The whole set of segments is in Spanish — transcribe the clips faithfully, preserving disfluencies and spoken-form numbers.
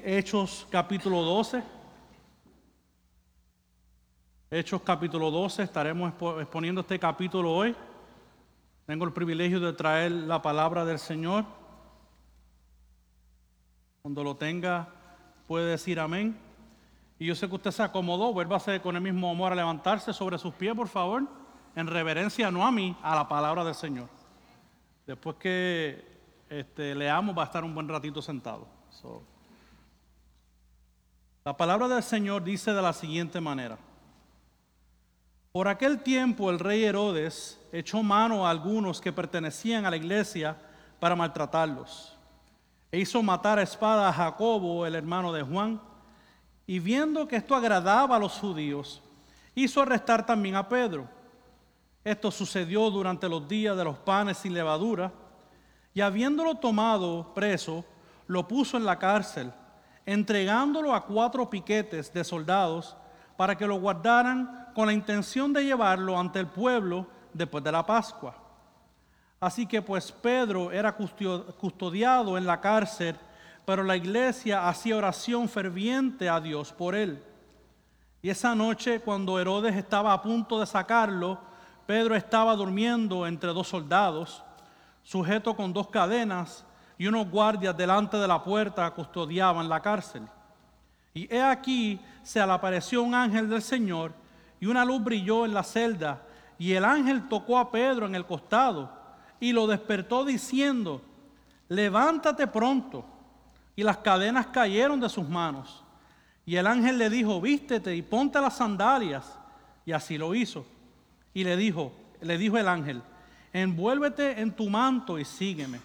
Hechos capítulo doce. Hechos capítulo doce, estaremos exponiendo este capítulo hoy. Tengo el privilegio de traer la palabra del Señor. Cuando lo tenga, puede decir amén. Y yo sé que usted se acomodó, vuélvase con el mismo amor a levantarse sobre sus pies, por favor, en reverencia no a mí, a la palabra del Señor. Después que este, leamos, va a estar un buen ratito sentado. So. La palabra del Señor dice de la siguiente manera. Por aquel tiempo el rey Herodes echó mano a algunos que pertenecían a la iglesia para maltratarlos. E hizo matar a espada a Jacobo, el hermano de Juan, y viendo que esto agradaba a los judíos, hizo arrestar también a Pedro. Esto sucedió durante los días de los panes sin levadura, y habiéndolo tomado preso, lo puso en la cárcel, entregándolo a cuatro piquetes de soldados para que lo guardaran con la intención de llevarlo ante el pueblo después de la Pascua. Así que pues Pedro era custodiado en la cárcel, pero la iglesia hacía oración ferviente a Dios por él. Y esa noche, cuando Herodes estaba a punto de sacarlo, Pedro estaba durmiendo entre dos soldados, sujeto con dos cadenas, y unos guardias delante de la puerta custodiaban la cárcel. Y he aquí, se le apareció un ángel del Señor, y una luz brilló en la celda, y el ángel tocó a Pedro en el costado, y lo despertó diciendo, levántate pronto. Y las cadenas cayeron de sus manos. Y el ángel le dijo, vístete y ponte las sandalias. Y así lo hizo. Y le dijo, le dijo el ángel, envuélvete en tu manto y sígueme.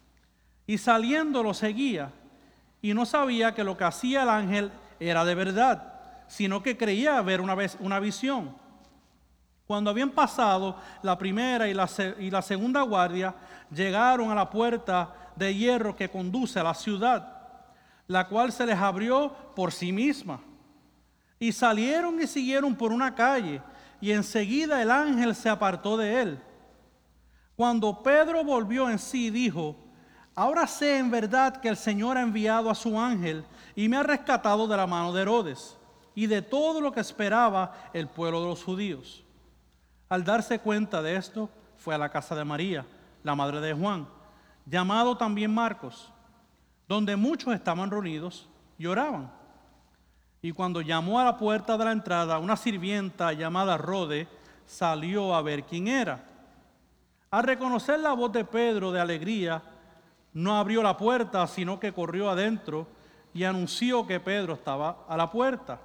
Y saliendo lo seguía, y no sabía que lo que hacía el ángel era de verdad, sino que creía ver una vez una visión. Cuando habían pasado la primera y la, y la segunda guardia, llegaron a la puerta de hierro que conduce a la ciudad, la cual se les abrió por sí misma. Y salieron y siguieron por una calle, y enseguida el ángel se apartó de él. Cuando Pedro volvió en sí, dijo, ahora sé en verdad que el Señor ha enviado a su ángel y me ha rescatado de la mano de Herodes y de todo lo que esperaba el pueblo de los judíos. Al darse cuenta de esto, fue a la casa de María, la madre de Juan, llamado también Marcos, donde muchos estaban reunidos y oraban. Y cuando llamó a la puerta de la entrada, una sirvienta llamada Rode salió a ver quién era. Al reconocer la voz de Pedro de alegría, no abrió la puerta, sino que corrió adentro y anunció que Pedro estaba a la puerta.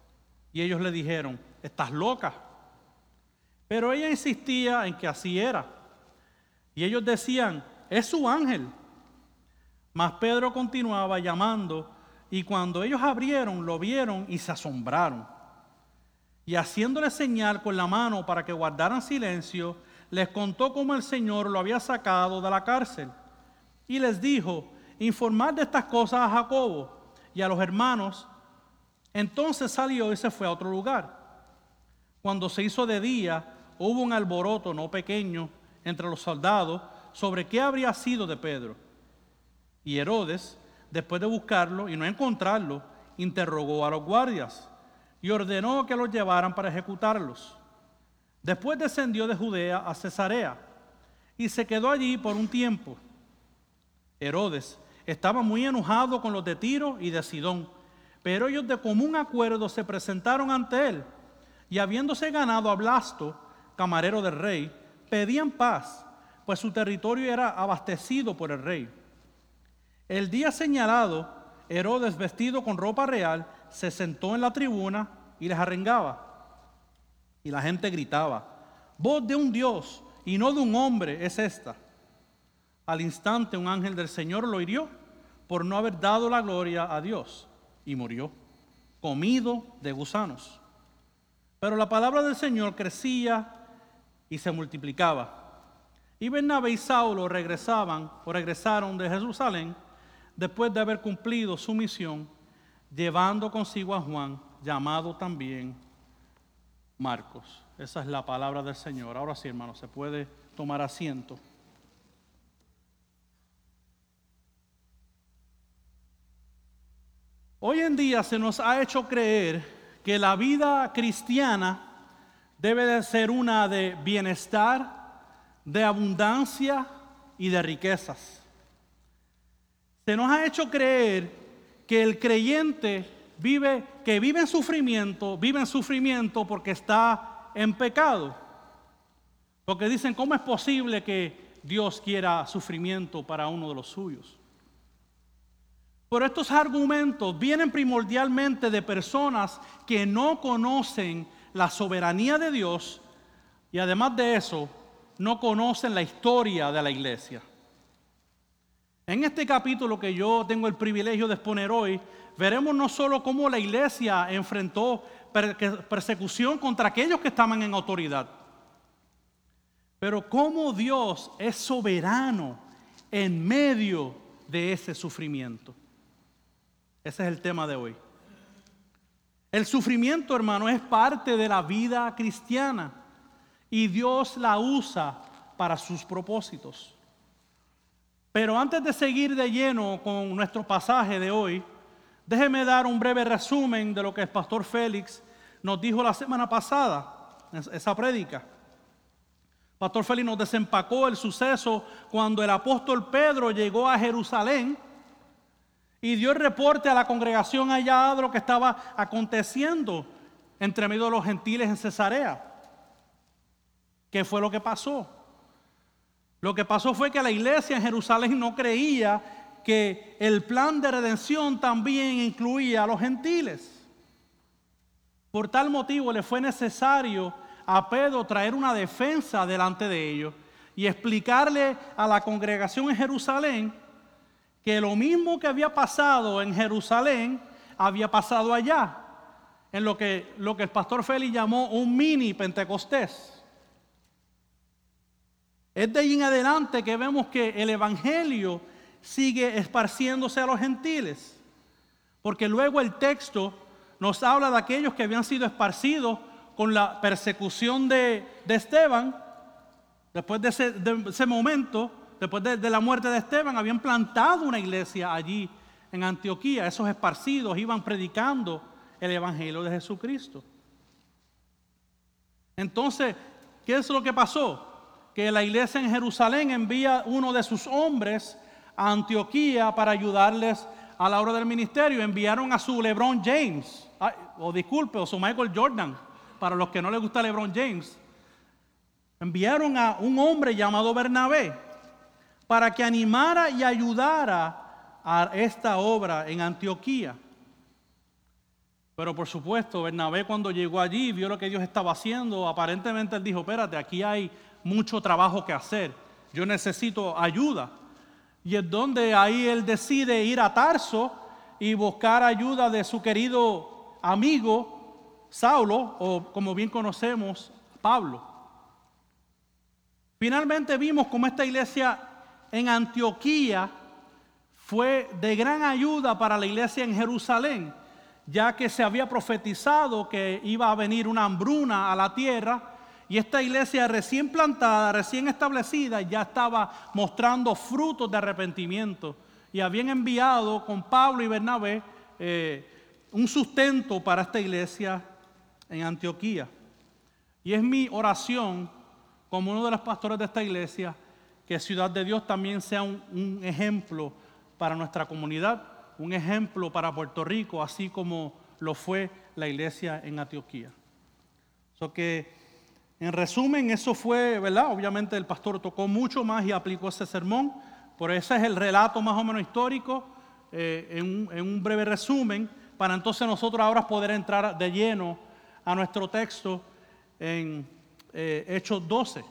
Y ellos le dijeron, ¿estás loca? Pero ella insistía en que así era. Y ellos decían, es su ángel. Mas Pedro continuaba llamando, y cuando ellos abrieron, lo vieron y se asombraron. Y haciéndole señal con la mano para que guardaran silencio, les contó cómo el Señor lo había sacado de la cárcel. Y les dijo, informad de estas cosas a Jacobo y a los hermanos. Entonces salió y se fue a otro lugar. Cuando se hizo de día, hubo un alboroto no pequeño entre los soldados sobre qué habría sido de Pedro. Y Herodes, después de buscarlo y no encontrarlo, interrogó a los guardias y ordenó que los llevaran para ejecutarlos. Después descendió de Judea a Cesarea y se quedó allí por un tiempo. Herodes estaba muy enojado con los de Tiro y de Sidón, pero ellos de común acuerdo se presentaron ante él y habiéndose ganado a Blasto, camarero del rey, pedían paz, pues su territorio era abastecido por el rey. El día señalado, Herodes, vestido con ropa real, se sentó en la tribuna y les arengaba. Y la gente gritaba, voz de un Dios y no de un hombre es esta. Al instante un ángel del Señor lo hirió por no haber dado la gloria a Dios y murió, comido de gusanos. Pero la palabra del Señor crecía y se multiplicaba. Y Bernabé y Saulo regresaban o regresaron de Jerusalén después de haber cumplido su misión, llevando consigo a Juan, llamado también Marcos. Esa es la palabra del Señor. Ahora sí, hermano, se puede tomar asiento. Hoy en día se nos ha hecho creer que la vida cristiana debe de ser una de bienestar, de abundancia y de riquezas. Se nos ha hecho creer que el creyente vive, que vive en sufrimiento, vive en sufrimiento porque está en pecado. Porque dicen, ¿cómo es posible que Dios quiera sufrimiento para uno de los suyos? Pero estos argumentos vienen primordialmente de personas que no conocen la soberanía de Dios y además de eso, no conocen la historia de la iglesia. En este capítulo que yo tengo el privilegio de exponer hoy, veremos no solo cómo la iglesia enfrentó persecución contra aquellos que estaban en autoridad, pero cómo Dios es soberano en medio de ese sufrimiento. Ese es el tema de hoy. El sufrimiento, hermano, es parte de la vida cristiana y Dios la usa para sus propósitos. Pero antes de seguir de lleno con nuestro pasaje de hoy, déjeme dar un breve resumen de lo que el pastor Félix nos dijo la semana pasada, esa prédica. Pastor Félix nos desempacó el suceso cuando el apóstol Pedro llegó a Jerusalén y dio el reporte a la congregación allá de lo que estaba aconteciendo entre medio de los gentiles en Cesarea. ¿Qué fue lo que pasó? Lo que pasó fue que la iglesia en Jerusalén no creía que el plan de redención también incluía a los gentiles. Por tal motivo le fue necesario a Pedro traer una defensa delante de ellos y explicarle a la congregación en Jerusalén que lo mismo que había pasado en Jerusalén había pasado allá, en lo que, lo que el pastor Félix llamó un mini Pentecostés. Es de ahí en adelante que vemos que el evangelio sigue esparciéndose a los gentiles, porque luego el texto nos habla de aquellos que habían sido esparcidos con la persecución de, de Esteban. Después de ese, de ese momento, después de, de la muerte de Esteban, habían plantado una iglesia allí en Antioquía. Esos esparcidos iban predicando el evangelio de Jesucristo. Entonces, ¿qué es lo que pasó? Que la iglesia en Jerusalén envía uno de sus hombres a Antioquía para ayudarles a la obra del ministerio. Enviaron a su LeBron James, ay, o disculpe, o su Michael Jordan, para los que no les gusta LeBron James. Enviaron a un hombre llamado Bernabé para que animara y ayudara a esta obra en Antioquía. Pero por supuesto, Bernabé cuando llegó allí vio lo que Dios estaba haciendo. Aparentemente él dijo, espérate, aquí hay mucho trabajo que hacer. Yo necesito ayuda. Y es donde ahí él decide ir a Tarso y buscar ayuda de su querido amigo Saulo, o como bien conocemos, Pablo. Finalmente vimos cómo esta iglesia en Antioquía fue de gran ayuda para la iglesia en Jerusalén, ya que se había profetizado que iba a venir una hambruna a la tierra y esta iglesia recién plantada, recién establecida, ya estaba mostrando frutos de arrepentimiento y habían enviado con Pablo y Bernabé eh, un sustento para esta iglesia en Antioquía. Y es mi oración como uno de los pastores de esta iglesia que Ciudad de Dios también sea un, un ejemplo para nuestra comunidad, un ejemplo para Puerto Rico, así como lo fue la iglesia en Antioquía. So que, en resumen, eso fue, ¿verdad? Obviamente el pastor tocó mucho más y aplicó ese sermón, pero ese es el relato más o menos histórico, eh, en, un, en un breve resumen, para entonces nosotros ahora poder entrar de lleno a nuestro texto en eh, Hechos doce.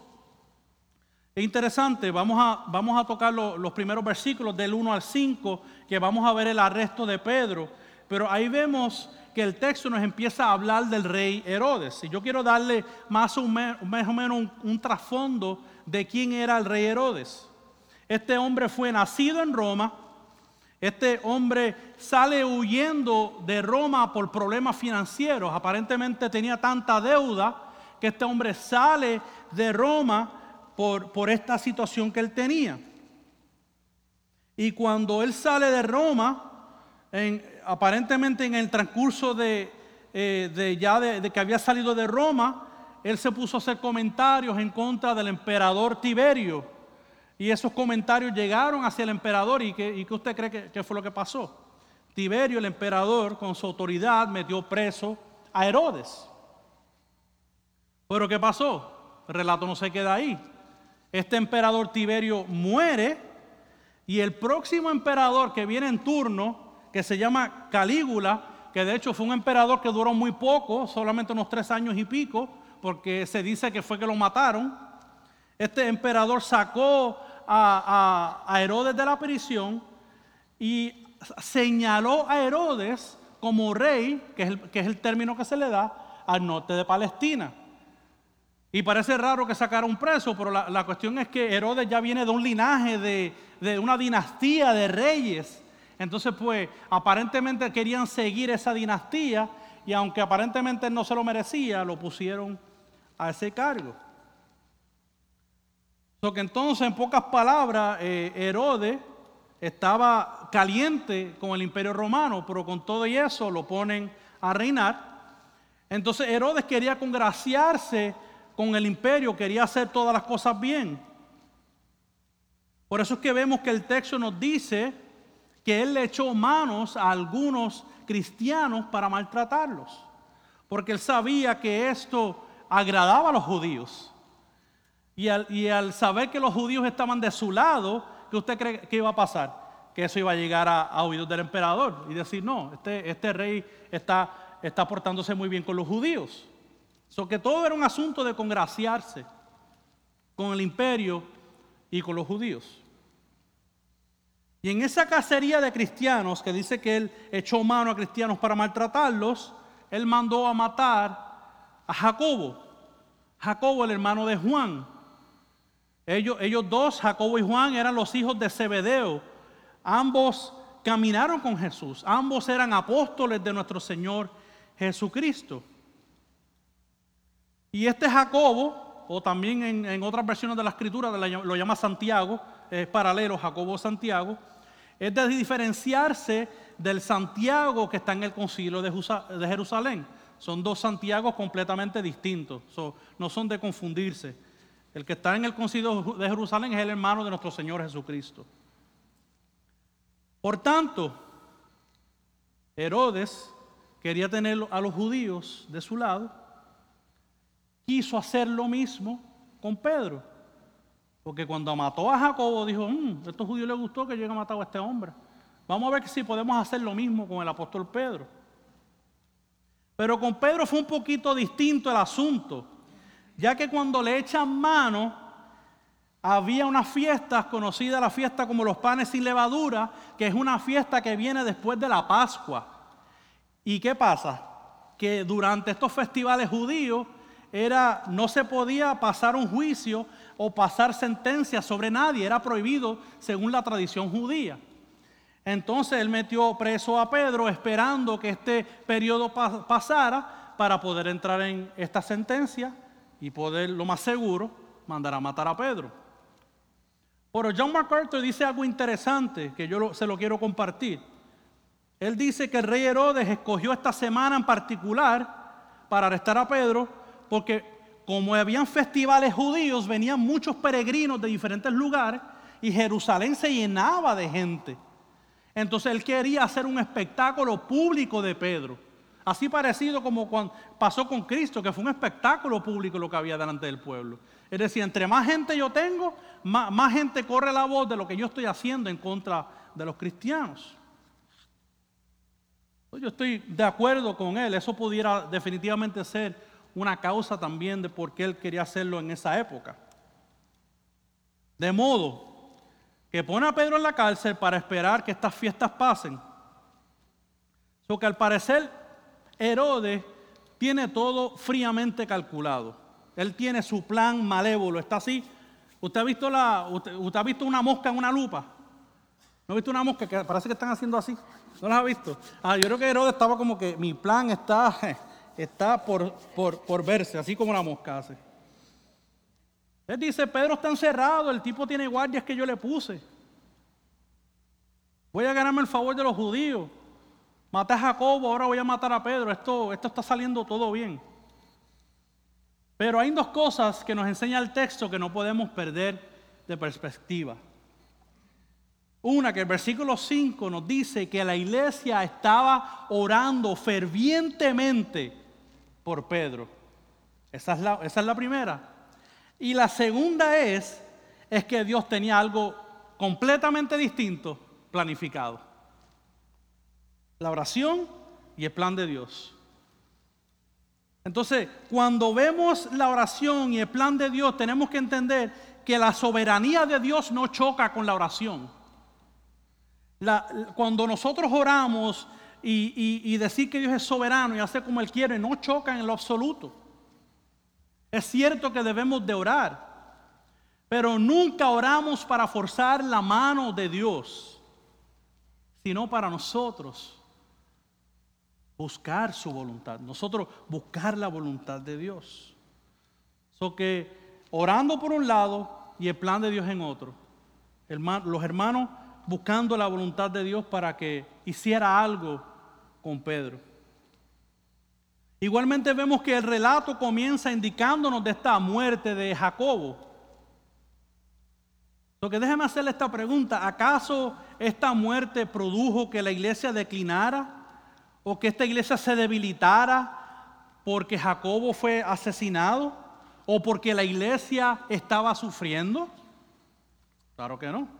Es interesante, vamos a, vamos a tocar lo, los primeros versículos del uno al cinco, que vamos a ver el arresto de Pedro, pero ahí vemos que el texto nos empieza a hablar del rey Herodes. Y yo quiero darle más o, me, más o menos un, un trasfondo de quién era el rey Herodes. Este hombre fue nacido en Roma. Este hombre sale huyendo de Roma por problemas financieros. Aparentemente tenía tanta deuda que este hombre sale de Roma por, por esta situación que él tenía. Y cuando él sale de Roma, en, aparentemente en el transcurso de, eh, de ya de, de que había salido de Roma, él se puso a hacer comentarios en contra del emperador Tiberio. Y esos comentarios llegaron hacia el emperador. ¿Y qué, y qué usted cree que, que fue lo que pasó? Tiberio, el emperador, con su autoridad, metió preso a Herodes. Pero ¿qué pasó? El relato no se queda ahí. Este emperador Tiberio muere y el próximo emperador que viene en turno, que se llama Calígula, que de hecho fue un emperador que duró muy poco, solamente unos tres años y pico, porque se dice que fue que lo mataron. Este emperador sacó a, a, a Herodes de la prisión y señaló a Herodes como rey, que es, el, que es el término que se le da, al norte de Palestina. Y parece raro que sacara un preso, pero la, la cuestión es que Herodes ya viene de un linaje, de, de una dinastía de reyes. Entonces, pues, aparentemente querían seguir esa dinastía y aunque aparentemente no se lo merecía, lo pusieron a ese cargo. So que entonces, en pocas palabras, eh, Herodes estaba caliente con el Imperio Romano, pero con todo y eso lo ponen a reinar. Entonces Herodes quería congraciarse con el imperio, quería hacer todas las cosas bien. Por eso es que vemos que el texto nos dice que él le echó manos a algunos cristianos para maltratarlos, porque él sabía que esto agradaba a los judíos. Y al, y al saber que los judíos estaban de su lado, ¿qué usted cree que iba a pasar? Que eso iba a llegar a, a oídos del emperador y decir, no, este, este rey está, está portándose muy bien con los judíos. So que todo era un asunto de congraciarse con el imperio y con los judíos. Y en esa cacería de cristianos, que dice que él echó mano a cristianos para maltratarlos, él mandó a matar a Jacobo. Jacobo, el hermano de Juan. Ellos, ellos dos, Jacobo y Juan, eran los hijos de Zebedeo. Ambos caminaron con Jesús. Ambos eran apóstoles de nuestro Señor Jesucristo. Y este Jacobo, o también en, en otras versiones de la Escritura lo llama Santiago, es paralelo, Jacobo-Santiago, es de diferenciarse del Santiago que está en el concilio de, de Jerusalén. Son dos Santiagos completamente distintos, so, no son de confundirse. El que está en el concilio de Jerusalén es el hermano de nuestro Señor Jesucristo. Por tanto, Herodes quería tener a los judíos de su lado, quiso hacer lo mismo con Pedro. Porque cuando mató a Jacobo dijo, mmm, a estos judíos les gustó que yo haya matado a este hombre. Vamos a ver si podemos hacer lo mismo con el apóstol Pedro. Pero con Pedro fue un poquito distinto el asunto, ya que cuando le echan mano, había unas fiestas conocidas, la fiesta como los panes sin levadura, que es una fiesta que viene después de la Pascua. ¿Y qué pasa? Que durante estos festivales judíos, Era, no se podía pasar un juicio o pasar sentencia sobre nadie, era prohibido según la tradición judía. Entonces él metió preso a Pedro esperando que este periodo pa- pasara para poder entrar en esta sentencia y poder, lo más seguro, mandar a matar a Pedro. Pero John MacArthur dice algo interesante que yo lo, se lo quiero compartir. Él dice que el rey Herodes escogió esta semana en particular para arrestar a Pedro, porque como habían festivales judíos, venían muchos peregrinos de diferentes lugares y Jerusalén se llenaba de gente. Entonces él quería hacer un espectáculo público de Pedro. Así parecido como cuando pasó con Cristo, que fue un espectáculo público lo que había delante del pueblo. Es decir, entre más gente yo tengo, más, más gente corre la voz de lo que yo estoy haciendo en contra de los cristianos. Yo estoy de acuerdo con él, eso pudiera definitivamente ser una causa también de por qué él quería hacerlo en esa época. De modo que pone a Pedro en la cárcel para esperar que estas fiestas pasen. So que al parecer Herodes tiene todo fríamente calculado. Él tiene su plan malévolo, está así. ¿Usted ha visto, la, usted, usted ha visto una mosca en una lupa? ¿No ha visto una mosca que parece que están haciendo así? ¿No las ha visto? Ah, yo creo que Herodes estaba como que mi plan está... Está por, por, por verse, así como la mosca hace. Él dice, Pedro está encerrado, el tipo tiene guardias que yo le puse. Voy a ganarme el favor de los judíos. Maté a Jacobo, ahora voy a matar a Pedro. Esto, esto está saliendo todo bien. Pero hay dos cosas que nos enseña el texto que no podemos perder de perspectiva. Una, que el versículo cinco nos dice que la iglesia estaba orando fervientemente por Pedro. Esa es la, esa es la primera. Y la segunda es, es que Dios tenía algo completamente distinto planificado. La oración y el plan de Dios. Entonces, cuando vemos la oración y el plan de Dios, tenemos que entender que la soberanía de Dios no choca con la oración. La, cuando nosotros oramos y, y, y decir que Dios es soberano y hace como Él quiere, no chocan en lo absoluto. Es cierto que debemos de orar, pero nunca oramos para forzar la mano de Dios, sino para nosotros buscar su voluntad, nosotros buscar la voluntad de Dios. So que orando por un lado y el plan de Dios en otro, los hermanos buscando la voluntad de Dios para que hiciera algo con Pedro. Igualmente vemos que el relato comienza indicándonos de esta muerte de Jacobo. Lo que déjeme hacerle esta pregunta: ¿acaso esta muerte produjo que la iglesia declinara o que esta iglesia se debilitara porque Jacobo fue asesinado o porque la iglesia estaba sufriendo? Claro que no.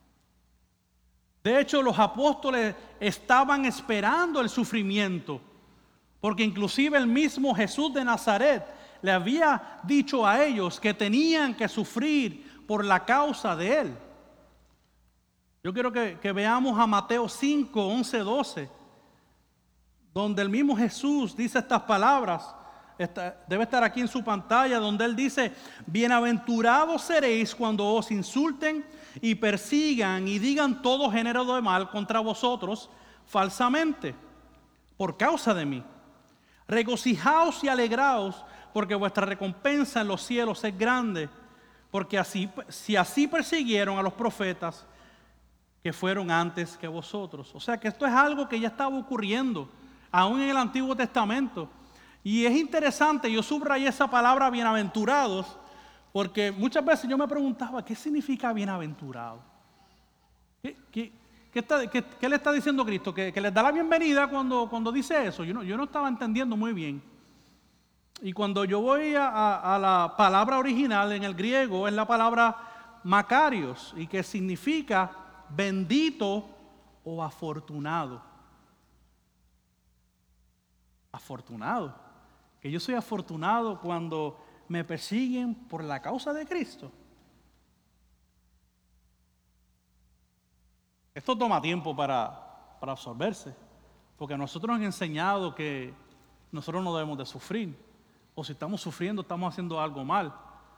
De hecho, los apóstoles estaban esperando el sufrimiento, porque inclusive el mismo Jesús de Nazaret le había dicho a ellos que tenían que sufrir por la causa de Él. Yo quiero que, que veamos a Mateo cinco, once, doce, donde el mismo Jesús dice estas palabras. Esta, debe estar aquí en su pantalla, donde Él dice: bienaventurados seréis cuando os insulten y persigan y digan todo género de mal contra vosotros falsamente, por causa de mí. Regocijaos y alegraos, porque vuestra recompensa en los cielos es grande, porque así, si así persiguieron a los profetas que fueron antes que vosotros. O sea que esto es algo que ya estaba ocurriendo, aún en el Antiguo Testamento. Y es interesante, yo subrayé esa palabra bienaventurados, porque muchas veces yo me preguntaba, ¿qué significa bienaventurado? ¿Qué, qué, qué, está, qué, qué le está diciendo Cristo? ¿Que, que les da la bienvenida cuando, cuando dice eso? Yo no, yo no estaba entendiendo muy bien. Y cuando yo voy a, a, a la palabra original en el griego, es la palabra Macarios, y que significa bendito o afortunado. Afortunado. Que yo soy afortunado cuando me persiguen por la causa de Cristo. Esto toma tiempo para, para absorberse, porque nosotros nos han enseñado que nosotros no debemos de sufrir, o si estamos sufriendo estamos haciendo algo mal.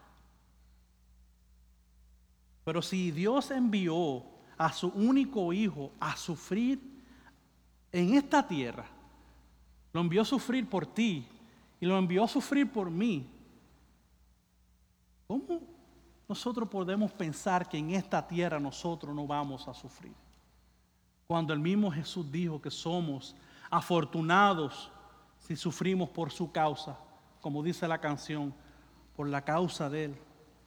Pero si Dios envió a su único hijo a sufrir en esta tierra, lo envió a sufrir por ti y lo envió a sufrir por mí, ¿cómo nosotros podemos pensar que en esta tierra nosotros no vamos a sufrir? Cuando el mismo Jesús dijo que somos afortunados si sufrimos por su causa, como dice la canción, por la causa de Él.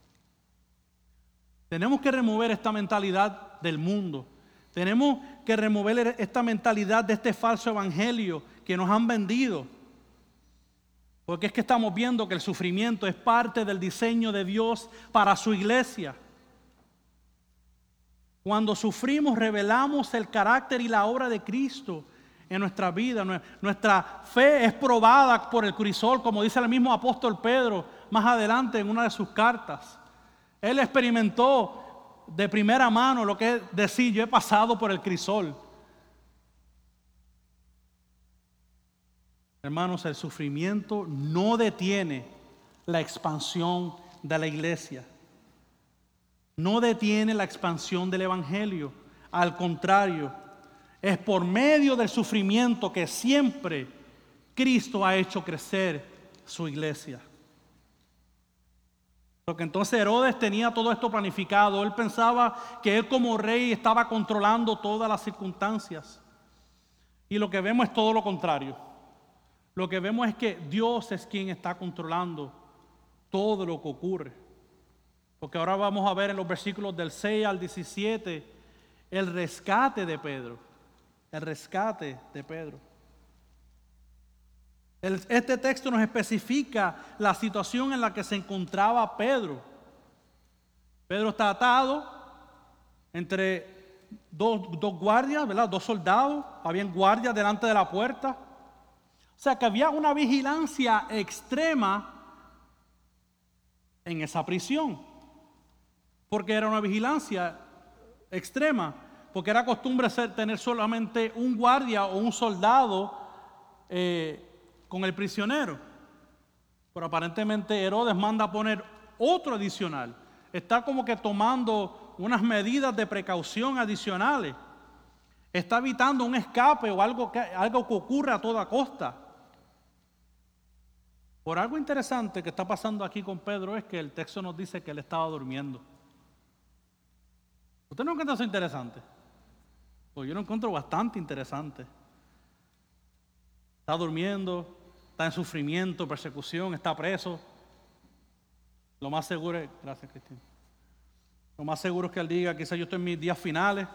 Tenemos que remover esta mentalidad del mundo. Tenemos que remover esta mentalidad de este falso evangelio que nos han vendido. Porque es que estamos viendo que el sufrimiento es parte del diseño de Dios para su iglesia. Cuando sufrimos, revelamos el carácter y la obra de Cristo en nuestra vida. Nuestra fe es probada por el crisol, como dice el mismo apóstol Pedro más adelante en una de sus cartas. Él experimentó de primera mano lo que es decir, yo he pasado por el crisol. Hermanos, el sufrimiento no detiene la expansión de la iglesia. No detiene la expansión del evangelio. Al contrario, es por medio del sufrimiento que siempre Cristo ha hecho crecer su iglesia. Porque entonces Herodes tenía todo esto planificado. Él pensaba que él como rey estaba controlando todas las circunstancias. Y lo que vemos es todo lo contrario. Lo que vemos es que Dios es quien está controlando todo lo que ocurre. Porque ahora vamos a ver en los versículos del seis al diecisiete el rescate de Pedro. El rescate de Pedro. El, este texto nos especifica la situación en la que se encontraba Pedro. Pedro está atado entre dos, dos guardias, ¿verdad? Dos soldados. Habían guardias delante de la puerta. O sea que había una vigilancia extrema en esa prisión. Porque era una vigilancia extrema. Porque era costumbre ser, tener solamente un guardia o un soldado eh, con el prisionero. Pero aparentemente Herodes manda a poner otro adicional. Está como que tomando unas medidas de precaución adicionales. Está evitando un escape o algo que, algo que ocurre a toda costa. Por algo interesante que está pasando aquí con Pedro es que el texto nos dice que él estaba durmiendo. ¿Usted no encuentra eso interesante? Pues yo lo encuentro bastante interesante. Está durmiendo, está en sufrimiento, persecución, está preso. Lo más seguro es, gracias Cristina, lo más seguro es que él diga, quizás yo estoy en mis días finales.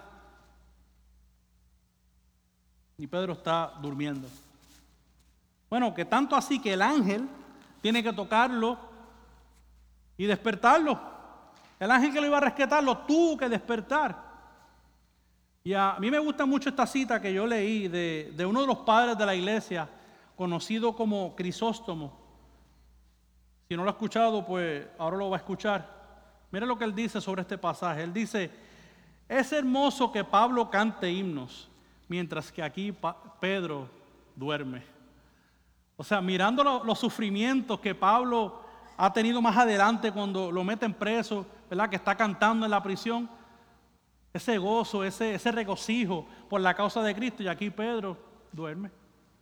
Y Pedro está durmiendo. Bueno, que tanto así que el ángel tiene que tocarlo y despertarlo. El ángel que lo iba a rescatarlo tuvo que despertar. Y a mí me gusta mucho esta cita que yo leí de, de uno de los padres de la iglesia, conocido como Crisóstomo. Si no lo ha escuchado, pues ahora lo va a escuchar. Mira lo que él dice sobre este pasaje. Él dice, es hermoso que Pablo cante himnos, mientras que aquí Pedro duerme. O sea, mirando lo, los sufrimientos que Pablo ha tenido más adelante cuando lo meten preso, ¿verdad? Que está cantando en la prisión. Ese gozo, ese, ese regocijo por la causa de Cristo. Y aquí Pedro duerme.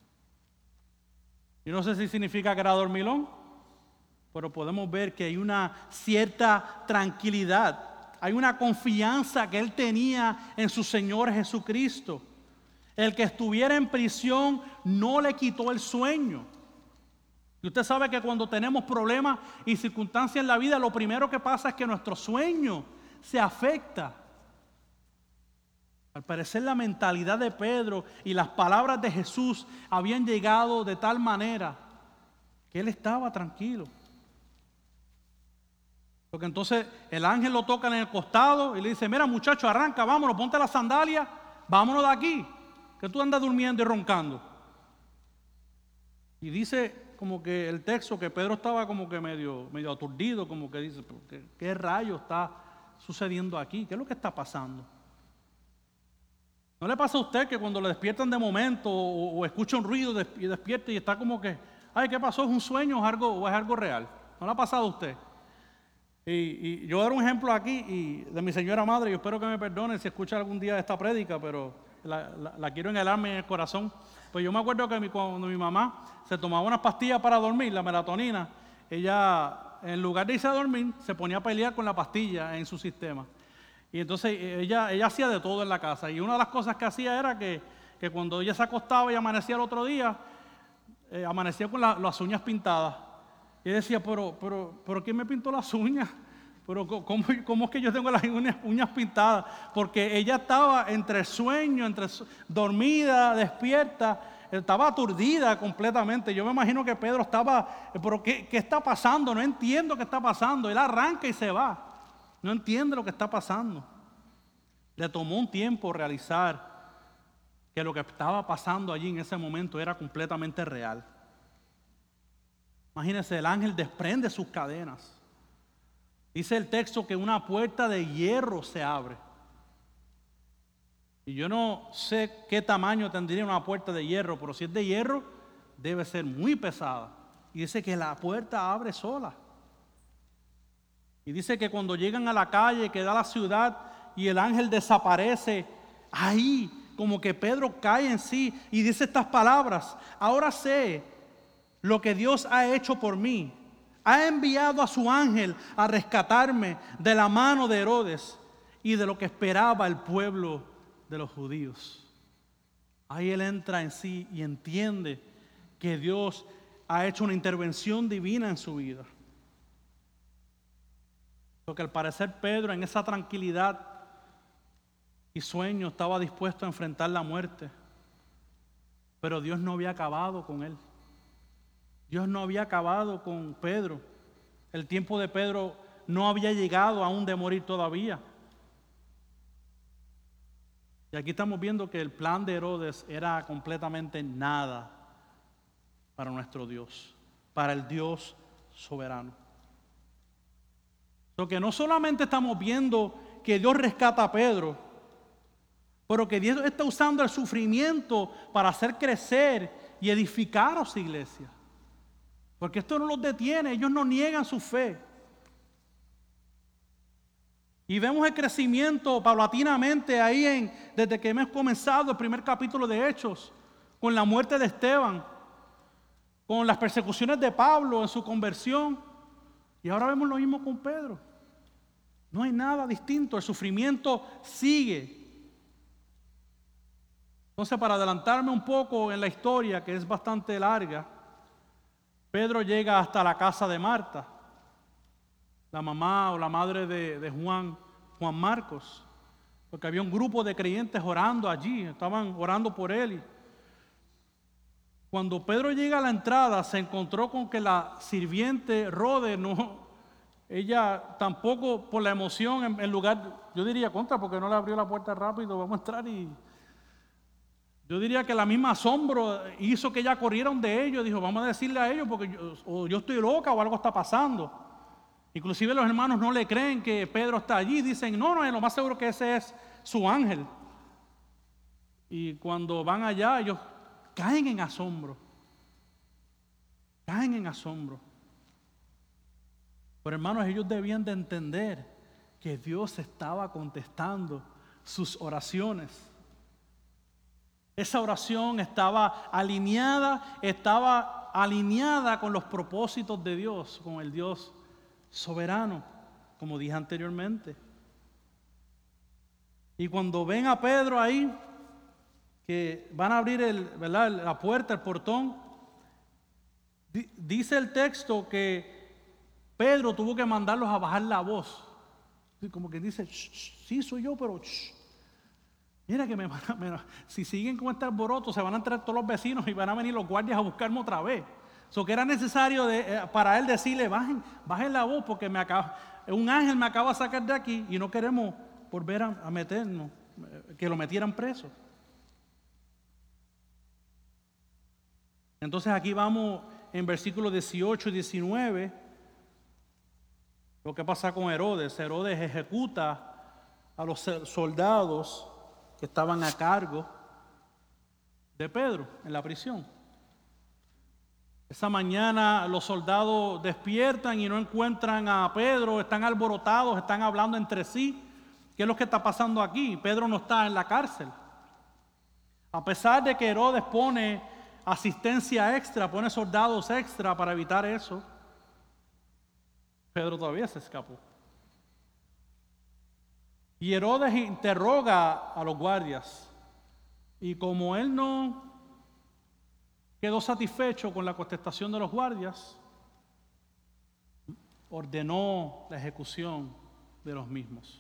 Yo no sé si significa que era dormilón, pero podemos ver que hay una cierta tranquilidad. Hay una confianza que él tenía en su Señor Jesucristo. El que estuviera en prisión no le quitó el sueño. Y usted sabe que cuando tenemos problemas y circunstancias en la vida, lo primero que pasa es que nuestro sueño se afecta. Al parecer la mentalidad de Pedro y las palabras de Jesús habían llegado de tal manera que él estaba tranquilo. Porque entonces el ángel lo toca en el costado y le dice, mira muchacho, arranca, vámonos, ponte la sandalia, vámonos de aquí, que tú andas durmiendo y roncando. Y dice como que el texto que Pedro estaba como que medio, medio aturdido, como que dice, ¿qué, qué rayo está sucediendo aquí? ¿Qué es lo que está pasando? ¿No le pasa a usted que cuando le despiertan de momento o, o escucha un ruido y despierta y está como que, ay, ¿qué pasó? ¿Es un sueño o es algo, o es algo real? ¿No le ha pasado a usted? Y, y yo era un ejemplo aquí y de mi señora madre, yo espero que me perdone si escucha algún día esta prédica, pero la, la, la quiero en el alma y en el corazón. Pues yo me acuerdo que mi, cuando mi mamá se tomaba unas pastillas para dormir, la melatonina, ella en lugar de irse a dormir, se ponía a pelear con la pastilla en su sistema. Y entonces ella, ella hacía de todo en la casa. Y una de las cosas que hacía era que, que cuando ella se acostaba y amanecía el otro día, eh, amanecía con la, las uñas pintadas. Y ella decía, pero, pero, pero ¿quién me pintó las uñas? Pero ¿cómo, cómo es que yo tengo las uñas, uñas pintadas? Porque ella estaba entre sueño, entre dormida, despierta, estaba aturdida completamente. Yo me imagino que Pedro estaba, pero ¿qué, qué está pasando? No entiendo qué está pasando. Él arranca y se va. No entiende lo que está pasando. Le tomó un tiempo realizar que lo que estaba pasando allí en ese momento era completamente real. Imagínense, el ángel desprende sus cadenas. Dice el texto que una puerta de hierro se abre. Y yo no sé qué tamaño tendría una puerta de hierro, pero si es de hierro, debe ser muy pesada. Y dice que la puerta abre sola. Y dice que cuando llegan a la calle que da la ciudad y el ángel desaparece, ahí como que Pedro cae en sí y dice estas palabras, ahora sé lo que Dios ha hecho por mí. Ha enviado a su ángel a rescatarme de la mano de Herodes y de lo que esperaba el pueblo de los judíos. Ahí él entra en sí y entiende que Dios ha hecho una intervención divina en su vida. Porque al parecer Pedro en esa tranquilidad y sueño estaba dispuesto a enfrentar la muerte. Pero Dios no había acabado con él. Dios no había acabado con Pedro. El tiempo de Pedro no había llegado aún de morir todavía. Y aquí estamos viendo que el plan de Herodes era completamente nada para nuestro Dios, para el Dios soberano. Lo que no solamente estamos viendo que Dios rescata a Pedro, pero que Dios está usando el sufrimiento para hacer crecer y edificar a su iglesia. Porque esto no los detiene, ellos no niegan su fe. Y vemos el crecimiento paulatinamente ahí en, desde que hemos comenzado el primer capítulo de Hechos, con la muerte de Esteban, con las persecuciones de Pablo en su conversión. Y ahora vemos lo mismo con Pedro. No hay nada distinto, el sufrimiento sigue. Entonces, para adelantarme un poco en la historia, que es bastante larga, Pedro llega hasta la casa de Marta, la mamá o la madre de, de Juan, Juan Marcos, porque había un grupo de creyentes orando allí, estaban orando por él. Y cuando Pedro llega a la entrada, se encontró con que la sirviente Rode, no, ella tampoco por la emoción, en, en lugar, yo diría contra, porque no le abrió la puerta rápido, vamos a entrar y... Yo diría que la misma asombro hizo que ella corrieron de ellos, dijo, vamos a decirle a ellos porque yo, o yo estoy loca o algo está pasando. Inclusive los hermanos no le creen que Pedro está allí, dicen, no, no, es lo más seguro que ese es su ángel. Y cuando van allá, ellos caen en asombro, caen en asombro. Pero hermanos, ellos debían de entender que Dios estaba contestando sus oraciones. Esa oración estaba alineada, estaba alineada con los propósitos de Dios, con el Dios soberano, como dije anteriormente. Y cuando ven a Pedro ahí, que van a abrir el, ¿verdad? la puerta, el portón, di, dice el texto que Pedro tuvo que mandarlos a bajar la voz. Como que dice, sí soy yo, pero... Shh. Mira que me van a, mira, si siguen con este alboroto se van a entrar todos los vecinos y van a venir los guardias a buscarme otra vez. So que era necesario de, eh, para él decirle, bajen, bajen la voz porque me acaba, un ángel me acaba de sacar de aquí y no queremos volver a, a meternos, que lo metieran preso. Entonces aquí vamos en versículos dieciocho y diecinueve, lo que pasa con Herodes. Herodes ejecuta a los soldados que estaban a cargo de Pedro en la prisión. Esa mañana los soldados despiertan y no encuentran a Pedro, están alborotados, están hablando entre sí. ¿Qué es lo que está pasando aquí? Pedro no está en la cárcel. A pesar de que Herodes pone asistencia extra, pone soldados extra para evitar eso, Pedro todavía se escapó. Y Herodes interroga a los guardias. Y como él no quedó satisfecho con la contestación de los guardias, ordenó la ejecución de los mismos.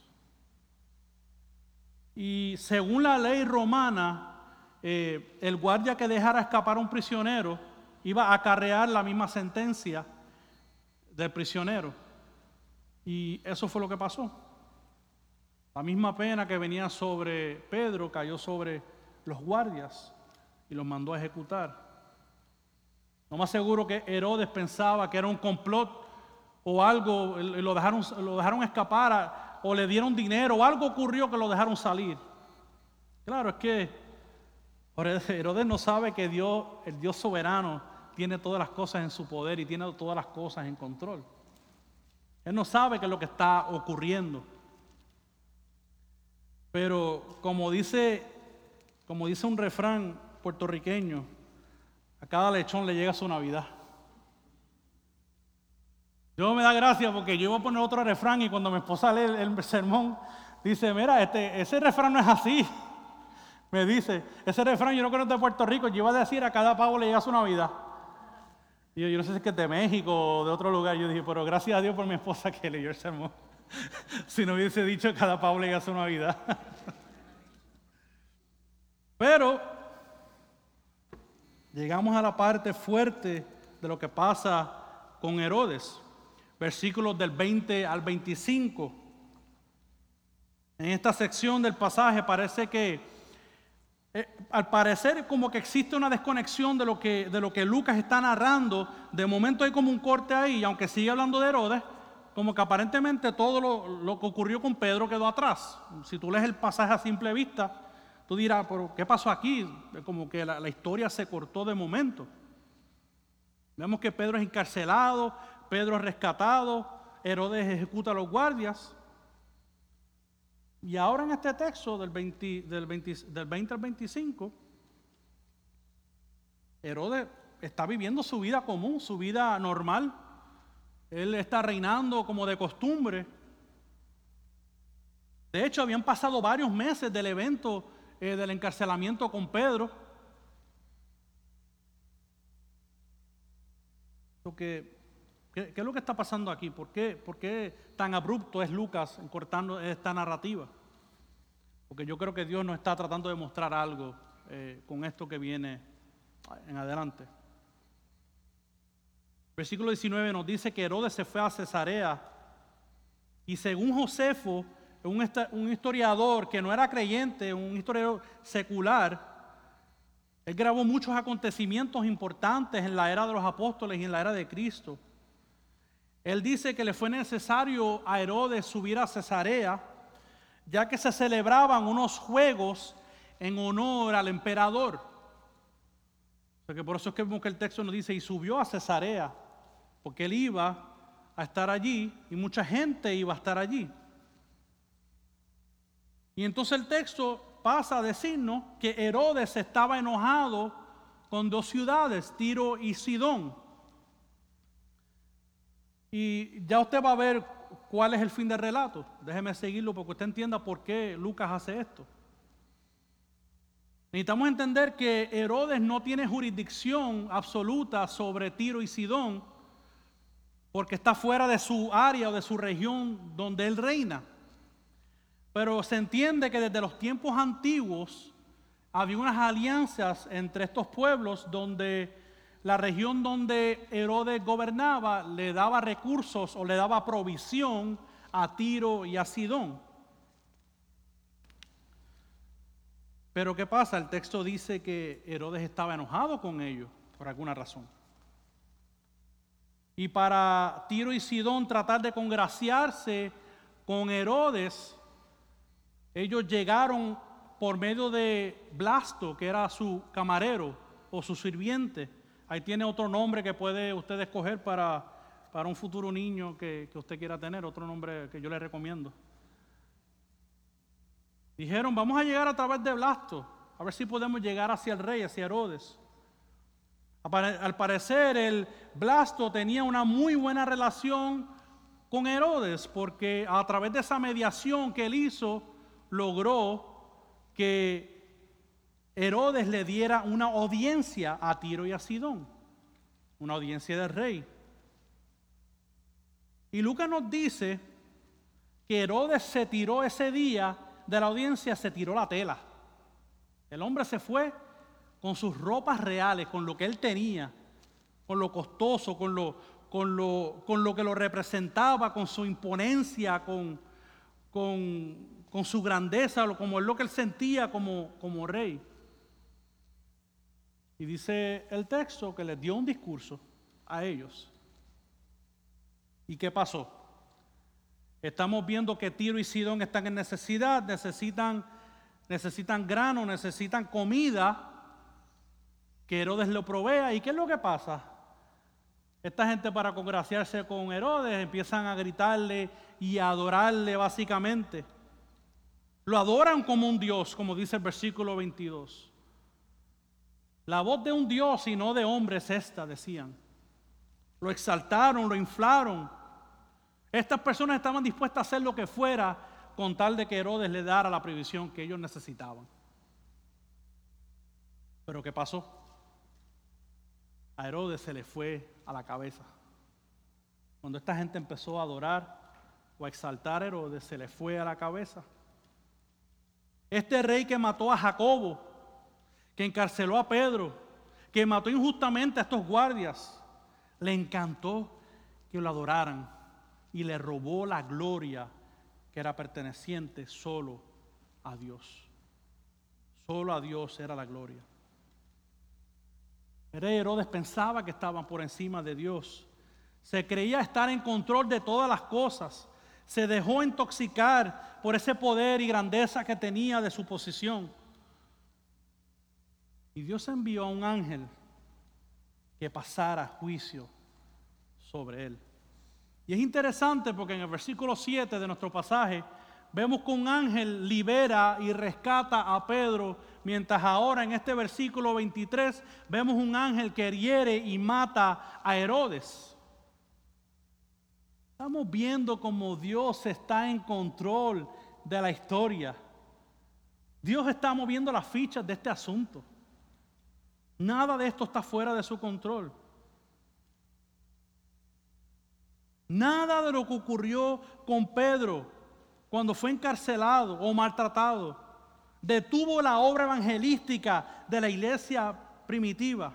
Y según la ley romana, eh, el guardia que dejara escapar a un prisionero iba a acarrear la misma sentencia del prisionero. Y eso fue lo que pasó. La misma pena que venía sobre Pedro cayó sobre los guardias y los mandó a ejecutar. Lo más seguro que Herodes pensaba que era un complot o algo, lo dejaron, lo dejaron escapar o le dieron dinero o algo ocurrió que lo dejaron salir. Claro, es que Herodes no sabe que Dios, el Dios soberano, tiene todas las cosas en su poder y tiene todas las cosas en control. Él no sabe qué es lo que está ocurriendo. Pero como dice, como dice un refrán puertorriqueño, a cada lechón le llega su Navidad. Yo me da gracia porque yo iba a poner otro refrán y cuando mi esposa lee el, el sermón, dice, mira, este, ese refrán no es así. Me dice, ese refrán yo no conozco de Puerto Rico, yo iba a decir a cada pavo le llega su Navidad. Y yo, yo no sé si es que es de México o de otro lugar. Yo dije, pero gracias a Dios por mi esposa que leyó el sermón. Si no hubiese dicho cada pavo le llega su Navidad. Pero llegamos a la parte fuerte de lo que pasa con Herodes. Versículos del veinte al veinticinco. En esta sección del pasaje parece que Eh, al parecer como que existe una desconexión de lo que, de lo que Lucas está narrando. De momento hay como un corte ahí, y aunque sigue hablando de Herodes, como que aparentemente todo lo, lo que ocurrió con Pedro quedó atrás. Si tú lees el pasaje a simple vista, tú dirás, pero ¿qué pasó aquí? Como que la, la historia se cortó de momento. Vemos que Pedro es encarcelado, Pedro es rescatado, Herodes ejecuta a los guardias. Y ahora en este texto del veinte, del veinte, del veinte al veinticinco, Herodes está viviendo su vida común, su vida normal. Él está reinando como de costumbre. De hecho, habían pasado varios meses del evento eh, del encarcelamiento con Pedro. Lo que, ¿qué, ¿Qué es lo que está pasando aquí? ¿Por qué, por qué tan abrupto es Lucas cortando esta narrativa? Porque yo creo que Dios nos está tratando de mostrar algo eh, con esto que viene en adelante. Versículo diecinueve nos dice que Herodes se fue a Cesarea y según Josefo, un, un historiador que no era creyente, un historiador secular, él grabó muchos acontecimientos importantes en la era de los apóstoles y en la era de Cristo. Él dice que le fue necesario a Herodes subir a Cesarea, ya que se celebraban unos juegos en honor al emperador. O sea que por eso es que vemos que el texto nos dice, y subió a Cesarea, porque él iba a estar allí y mucha gente iba a estar allí. Y entonces el texto pasa a decirnos que Herodes estaba enojado con dos ciudades, Tiro y Sidón. Y ya usted va a ver cuál es el fin del relato. Déjeme seguirlo porque usted entienda por qué Lucas hace esto. Necesitamos entender que Herodes no tiene jurisdicción absoluta sobre Tiro y Sidón porque está fuera de su área o de su región donde él reina. Pero se entiende que desde los tiempos antiguos había unas alianzas entre estos pueblos donde la región donde Herodes gobernaba le daba recursos o le daba provisión a Tiro y a Sidón. Pero ¿qué pasa? El texto dice que Herodes estaba enojado con ellos por alguna razón. Y para Tiro y Sidón tratar de congraciarse con Herodes, ellos llegaron por medio de Blasto, que era su camarero o su sirviente. Ahí tiene otro nombre que puede usted escoger para, para un futuro niño que, que usted quiera tener, otro nombre que yo le recomiendo. Dijeron, vamos a llegar a través de Blasto, a ver si podemos llegar hacia el rey, hacia Herodes. Al parecer, el Blasto tenía una muy buena relación con Herodes, porque a través de esa mediación que él hizo, logró que Herodes le diera una audiencia a Tiro y a Sidón, una audiencia del rey. Y Lucas nos dice que Herodes se tiró ese día de la audiencia, se tiró la tela. El hombre se fue con sus ropas reales, con lo que él tenía, con lo costoso, con lo, con lo, con lo que lo representaba, con su imponencia, con, con, con su grandeza, como es lo que él sentía como, como rey. Y dice el texto que les dio un discurso a ellos. ¿Y qué pasó? Estamos viendo que Tiro y Sidón están en necesidad, necesitan, necesitan grano, necesitan comida, que Herodes lo provea. ¿Y qué es lo que pasa? Esta gente, para congraciarse con Herodes, empiezan a gritarle y a adorarle básicamente. Lo adoran como un Dios, como dice el versículo veintidós. La voz de un Dios y no de hombre es esta, decían. Lo exaltaron, lo inflaron. Estas personas estaban dispuestas a hacer lo que fuera con tal de que Herodes le diera la provisión que ellos necesitaban. Pero ¿qué pasó? A Herodes se le fue a la cabeza. Cuando esta gente empezó a adorar o a exaltar a Herodes, se le fue a la cabeza. Este rey que mató a Jacobo, que encarceló a Pedro, que mató injustamente a estos guardias, le encantó que lo adoraran y le robó la gloria que era perteneciente solo a Dios. Solo a Dios era la gloria. El rey Herodes pensaba que estaban por encima de Dios. Se creía estar en control de todas las cosas. Se dejó intoxicar por ese poder y grandeza que tenía de su posición. Y Dios envió a un ángel que pasara juicio sobre él. Y es interesante porque en el versículo siete de nuestro pasaje vemos que un ángel libera y rescata a Pedro, mientras ahora en este versículo veintitrés vemos un ángel que hiere y mata a Herodes. Estamos viendo cómo Dios está en control de la historia. Dios está moviendo las fichas de este asunto. Nada de esto está fuera de su control. Nada de lo que ocurrió con Pedro cuando fue encarcelado o maltratado detuvo la obra evangelística de la iglesia primitiva.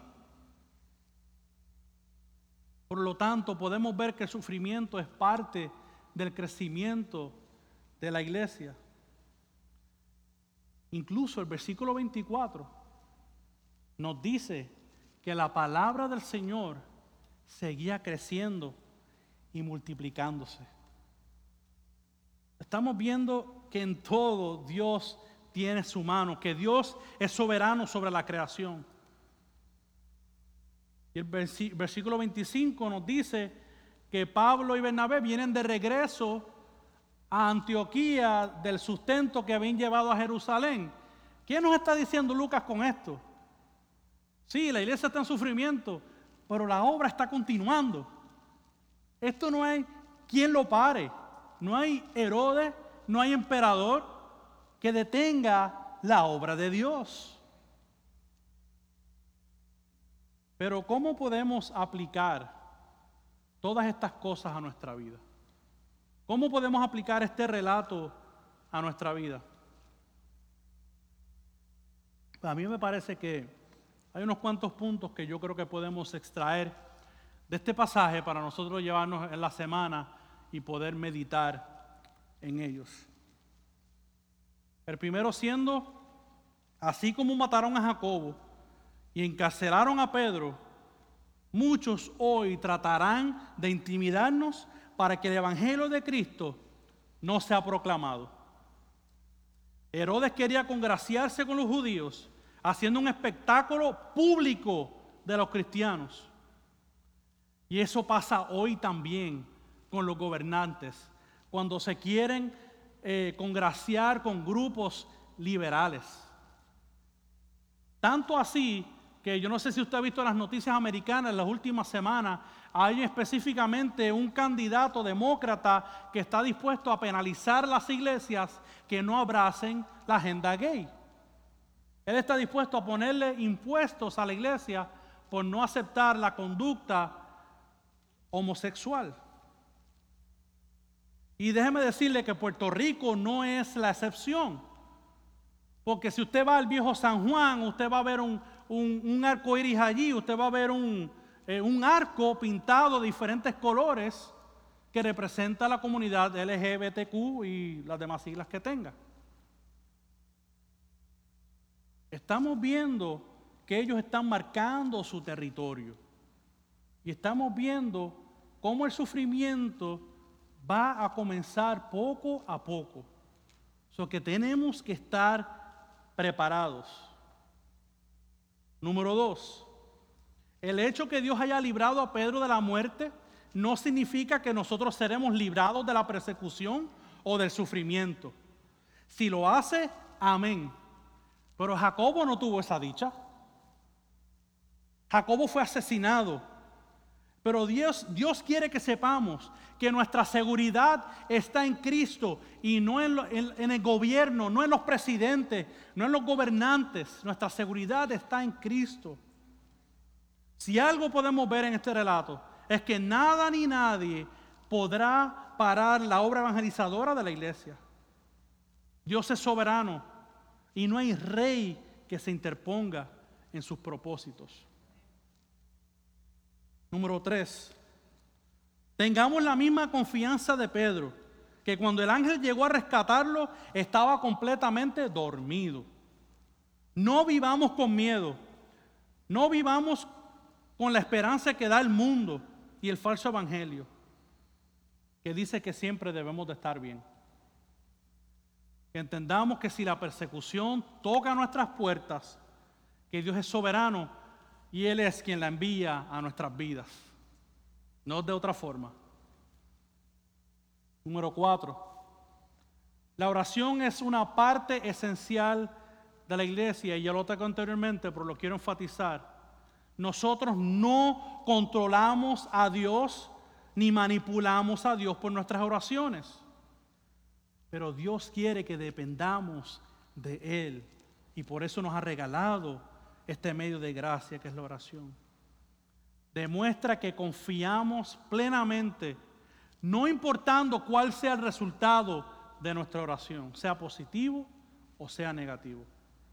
Por lo tanto, podemos ver que el sufrimiento es parte del crecimiento de la iglesia. Incluso el versículo veinticuatro nos dice que la palabra del Señor seguía creciendo y multiplicándose. Estamos viendo que en todo Dios tiene su mano, que Dios es soberano sobre la creación. Y el versículo veinticinco nos dice que Pablo y Bernabé vienen de regreso a Antioquía del sustento que habían llevado a Jerusalén. ¿Qué nos está diciendo Lucas con esto? Sí, la iglesia está en sufrimiento, pero la obra está continuando. Esto no hay quien lo pare. No hay Herodes, no hay emperador que detenga la obra de Dios. Pero ¿cómo podemos aplicar todas estas cosas a nuestra vida? ¿Cómo podemos aplicar este relato a nuestra vida? A mí me parece que hay unos cuantos puntos que yo creo que podemos extraer de este pasaje para nosotros llevarnos en la semana y poder meditar en ellos. El primero siendo, así como mataron a Jacobo y encarcelaron a Pedro, muchos hoy tratarán de intimidarnos para que el evangelio de Cristo no sea proclamado. Herodes quería congraciarse con los judíos, haciendo un espectáculo público de los cristianos. Y eso pasa hoy también con los gobernantes, cuando se quieren eh, congraciar con grupos liberales. Tanto así que yo no sé si usted ha visto las noticias americanas en las últimas semanas, hay específicamente un candidato demócrata que está dispuesto a penalizar las iglesias que no abracen la agenda gay. Él está dispuesto a ponerle impuestos a la iglesia por no aceptar la conducta homosexual. Y déjeme decirle que Puerto Rico no es la excepción. Porque si usted va al viejo San Juan, usted va a ver un, un, un arco iris allí, usted va a ver un, eh, un arco pintado de diferentes colores que representa a la comunidad L G B T Q y las demás siglas que tenga. Estamos viendo que ellos están marcando su territorio. Y estamos viendo cómo el sufrimiento va a comenzar poco a poco. O sea, que tenemos que estar preparados. Número dos, el hecho que Dios haya librado a Pedro de la muerte no significa que nosotros seremos librados de la persecución o del sufrimiento. Si lo hace, amén. Pero Jacobo no tuvo esa dicha. Jacobo fue asesinado. Pero Dios, Dios quiere que sepamos que nuestra seguridad está en Cristo y no en, lo, en, en el gobierno, no en los presidentes, no en los gobernantes. Nuestra seguridad está en Cristo. Si algo podemos ver en este relato es que nada ni nadie podrá parar la obra evangelizadora de la iglesia. Dios es soberano y no hay rey que se interponga en sus propósitos. Número tres, tengamos la misma confianza de Pedro, que cuando el ángel llegó a rescatarlo, estaba completamente dormido. No vivamos con miedo, no vivamos con la esperanza que da el mundo y el falso evangelio, que dice que siempre debemos de estar bien. Que entendamos que si la persecución toca nuestras puertas, que Dios es soberano, y Él es quien la envía a nuestras vidas, no de otra forma. Número cuatro. La oración es una parte esencial de la iglesia, y ya lo toqué anteriormente, pero lo quiero enfatizar. Nosotros no controlamos a Dios ni manipulamos a Dios por nuestras oraciones. Pero Dios quiere que dependamos de Él, y por eso nos ha regalado este medio de gracia que es la oración. Demuestra que confiamos plenamente, no importando cuál sea el resultado de nuestra oración, sea positivo o sea negativo.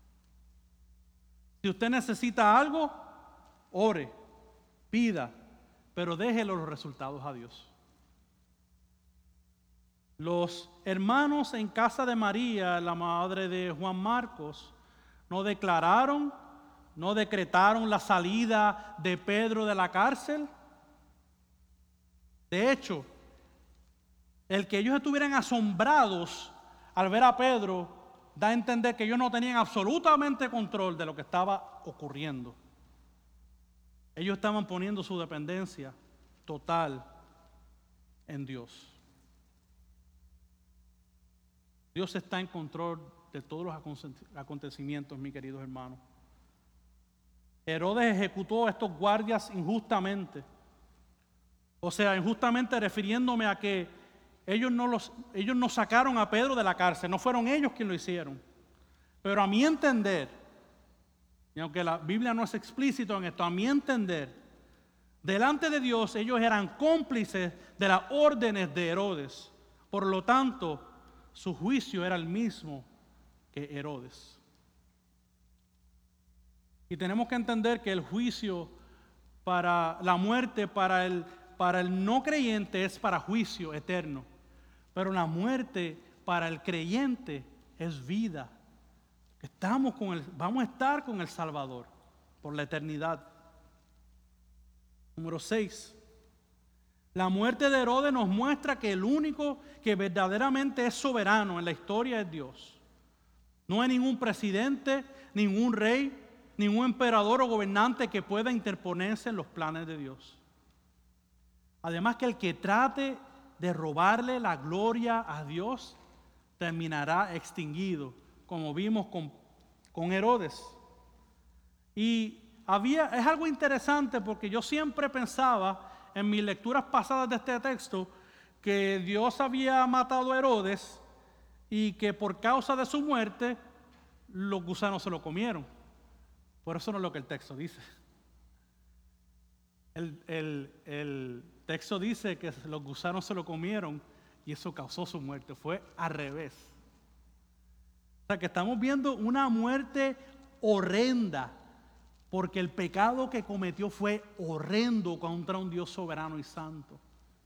Si usted necesita algo, ore, pida, pero déjelo los resultados a Dios. Los hermanos en casa de María, la madre de Juan Marcos, no declararon, no decretaron la salida de Pedro de la cárcel. De hecho, el que ellos estuvieran asombrados al ver a Pedro da a entender que ellos no tenían absolutamente control de lo que estaba ocurriendo. Ellos estaban poniendo su dependencia total en Dios. Dios está en control de todos los acontecimientos, mis queridos hermanos. Herodes ejecutó a estos guardias injustamente. O sea, injustamente refiriéndome a que ellos no, los, ellos no sacaron a Pedro de la cárcel, no fueron ellos quienes lo hicieron. Pero a mi entender, y aunque la Biblia no es explícito en esto, a mi entender, delante de Dios ellos eran cómplices de las órdenes de Herodes. Por lo tanto, su juicio era el mismo que Herodes. Y tenemos que entender que el juicio para la muerte, para el, para el no creyente es para juicio eterno. Pero la muerte para el creyente es vida. Estamos con el, vamos a estar con el Salvador por la eternidad. Número seis. La muerte de Herodes nos muestra que el único que verdaderamente es soberano en la historia es Dios. No hay ningún presidente, ningún rey, ningún emperador o gobernante que pueda interponerse en los planes de Dios. Además que el que trate de robarle la gloria a Dios terminará extinguido, como vimos con, con Herodes. Y había, es algo interesante porque yo siempre pensaba en mis lecturas pasadas de este texto que Dios había matado a Herodes y que por causa de su muerte los gusanos se lo comieron. Por eso no es lo que el texto dice. El, el, el texto dice que los gusanos se lo comieron y eso causó su muerte. Fue al revés. O sea que estamos viendo una muerte horrenda porque el pecado que cometió fue horrendo contra un Dios soberano y santo.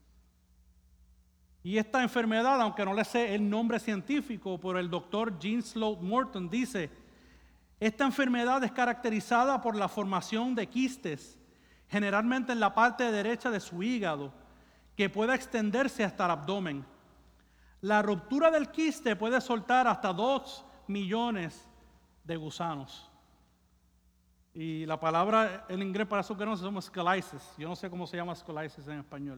Y esta enfermedad, aunque no le sé el nombre científico, pero el doctor Jean Sloat Morton dice: esta enfermedad es caracterizada por la formación de quistes, generalmente en la parte derecha de su hígado, que puede extenderse hasta el abdomen. La ruptura del quiste puede soltar hasta dos millones de gusanos. Y la palabra en inglés para eso que no se llama scolitis. Yo no sé cómo se llama scolitis en español.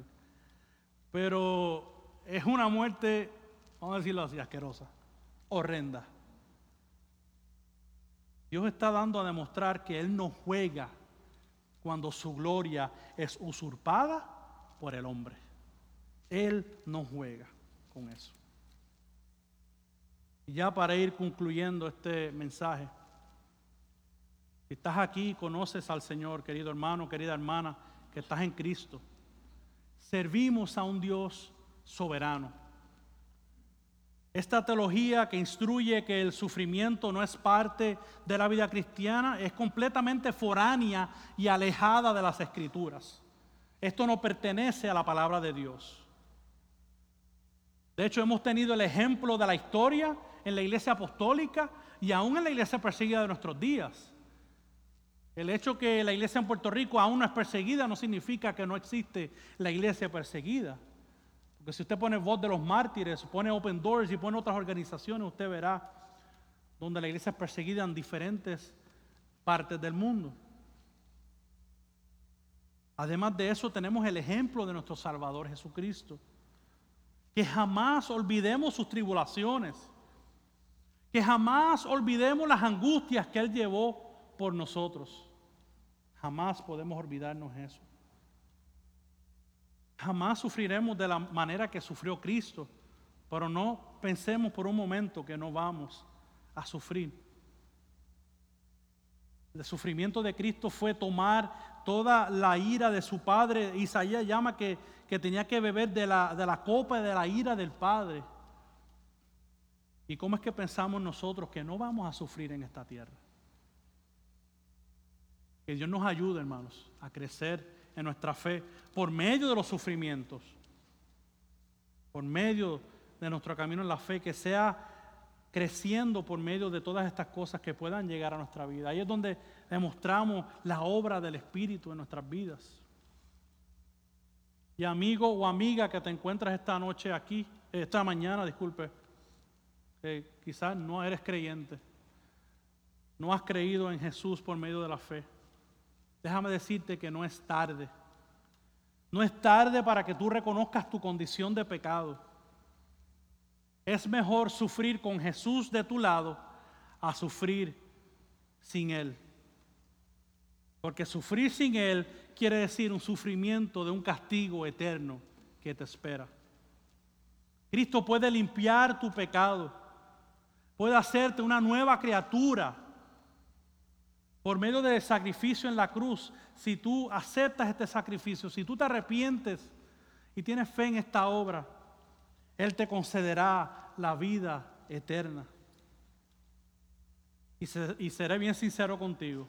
Pero es una muerte, vamos a decirlo así, asquerosa, horrenda. Dios está dando a demostrar que Él no juega cuando su gloria es usurpada por el hombre. Él no juega con eso. Y ya para ir concluyendo este mensaje, si estás aquí y conoces al Señor, querido hermano, querida hermana, que estás en Cristo, servimos a un Dios soberano. Esta teología que instruye que el sufrimiento no es parte de la vida cristiana es completamente foránea y alejada de las Escrituras. Esto no pertenece a la palabra de Dios. De hecho, hemos tenido el ejemplo de la historia en la iglesia apostólica y aún en la iglesia perseguida de nuestros días. El hecho que la iglesia en Puerto Rico aún no es perseguida no significa que no existe la iglesia perseguida. Porque si usted pone Voz de los Mártires, pone Open Doors y pone otras organizaciones, usted verá donde la iglesia es perseguida en diferentes partes del mundo. Además de eso, tenemos el ejemplo de nuestro Salvador Jesucristo. Que jamás olvidemos sus tribulaciones. Que jamás olvidemos las angustias que Él llevó por nosotros. Jamás podemos olvidarnos eso. Jamás sufriremos de la manera que sufrió Cristo, pero no pensemos por un momento que no vamos a sufrir. El sufrimiento de Cristo fue tomar toda la ira de su Padre. Isaías llama que, que tenía que beber de la, de la copa de la ira del Padre. ¿Y cómo es que pensamos nosotros que no vamos a sufrir en esta tierra? Que Dios nos ayude, hermanos, a crecer en nuestra fe por medio de los sufrimientos, por medio de nuestro camino en la fe, que sea creciendo por medio de todas estas cosas que puedan llegar a nuestra vida. Ahí es donde demostramos la obra del Espíritu en nuestras vidas. Y amigo o amiga que te encuentras esta noche aquí, esta mañana, disculpe, que quizás no eres creyente, no has creído en Jesús por medio de la fe. Déjame decirte que no es tarde. No es tarde para que tú reconozcas tu condición de pecado. Es mejor sufrir con Jesús de tu lado a sufrir sin Él. Porque sufrir sin Él quiere decir un sufrimiento de un castigo eterno que te espera. Cristo puede limpiar tu pecado, puede hacerte una nueva criatura por medio del sacrificio en la cruz. Si tú aceptas este sacrificio, si tú te arrepientes y tienes fe en esta obra, Él te concederá la vida eterna. Y, se, y seré bien sincero contigo.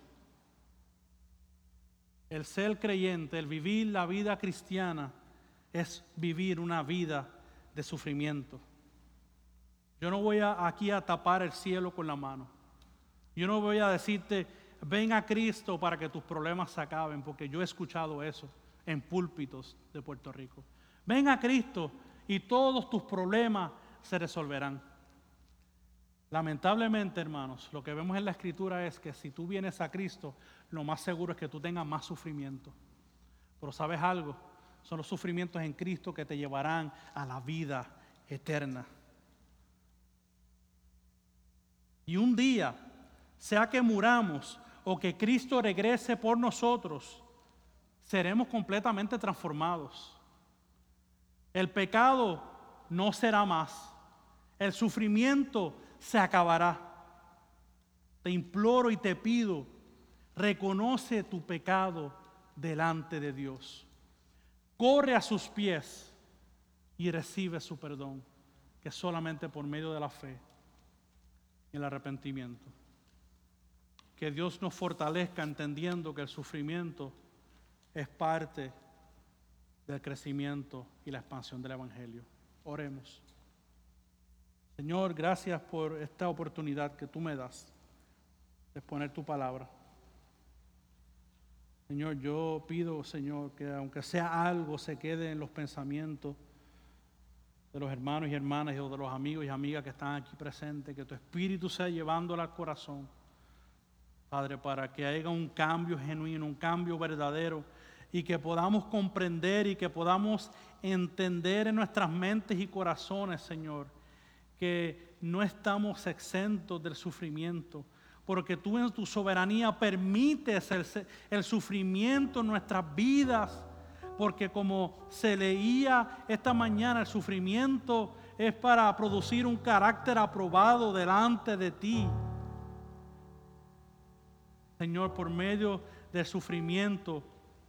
El ser creyente, el vivir la vida cristiana, es vivir una vida de sufrimiento. Yo no voy a, aquí a tapar el cielo con la mano. Yo no voy a decirte, ven a Cristo para que tus problemas se acaben, porque yo he escuchado eso en púlpitos de Puerto Rico. Ven a Cristo y todos tus problemas se resolverán. Lamentablemente, hermanos, lo que vemos en la Escritura es que si tú vienes a Cristo, lo más seguro es que tú tengas más sufrimiento. Pero ¿sabes algo? Son los sufrimientos en Cristo que te llevarán a la vida eterna. Y un día, sea que muramos o que Cristo regrese por nosotros, seremos completamente transformados. El pecado no será más. El sufrimiento se acabará. Te imploro y te pido, reconoce tu pecado delante de Dios. Corre a sus pies y recibe su perdón, que es solamente por medio de la fe y el arrepentimiento. Que Dios nos fortalezca entendiendo que el sufrimiento es parte del crecimiento y la expansión del Evangelio. Oremos. Señor, gracias por esta oportunidad que tú me das de exponer tu palabra. Señor, yo pido, Señor, que aunque sea algo se quede en los pensamientos de los hermanos y hermanas y de los amigos y amigas que están aquí presentes, que tu Espíritu sea llevándolo al corazón, Padre, para que haya un cambio genuino, un cambio verdadero, y que podamos comprender y que podamos entender en nuestras mentes y corazones, Señor, que no estamos exentos del sufrimiento, porque tú en tu soberanía permites el, el sufrimiento en nuestras vidas, porque como se leía esta mañana, el sufrimiento es para producir un carácter aprobado delante de ti. Señor, por medio del sufrimiento,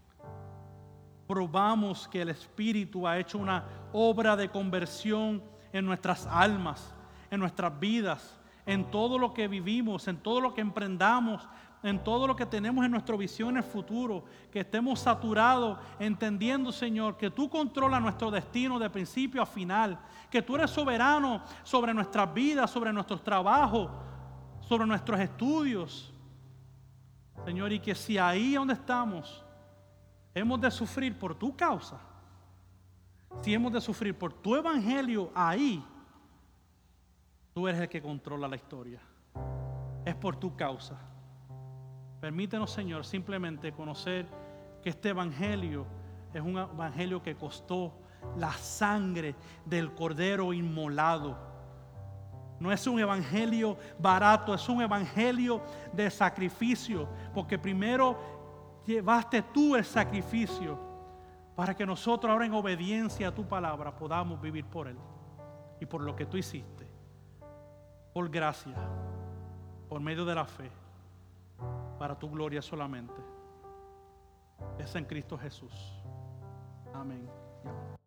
probamos que el Espíritu ha hecho una obra de conversión en nuestras almas, en nuestras vidas, en todo lo que vivimos, en todo lo que emprendamos, en todo lo que tenemos en nuestra visión en el futuro, que estemos saturados, entendiendo, Señor, que tú controlas nuestro destino de principio a final, que tú eres soberano sobre nuestras vidas, sobre nuestros trabajos, sobre nuestros estudios, Señor, y que si ahí donde estamos hemos de sufrir por tu causa, si hemos de sufrir por tu evangelio, ahí tú eres el que controla la historia. Es por tu causa. Permítenos, Señor, simplemente conocer que este evangelio es un evangelio que costó la sangre del Cordero inmolado. No es un evangelio barato, es un evangelio de sacrificio, porque primero llevaste tú el sacrificio para que nosotros ahora en obediencia a tu palabra podamos vivir por él y por lo que tú hiciste, por gracia, por medio de la fe, para tu gloria solamente. Es en Cristo Jesús. Amén.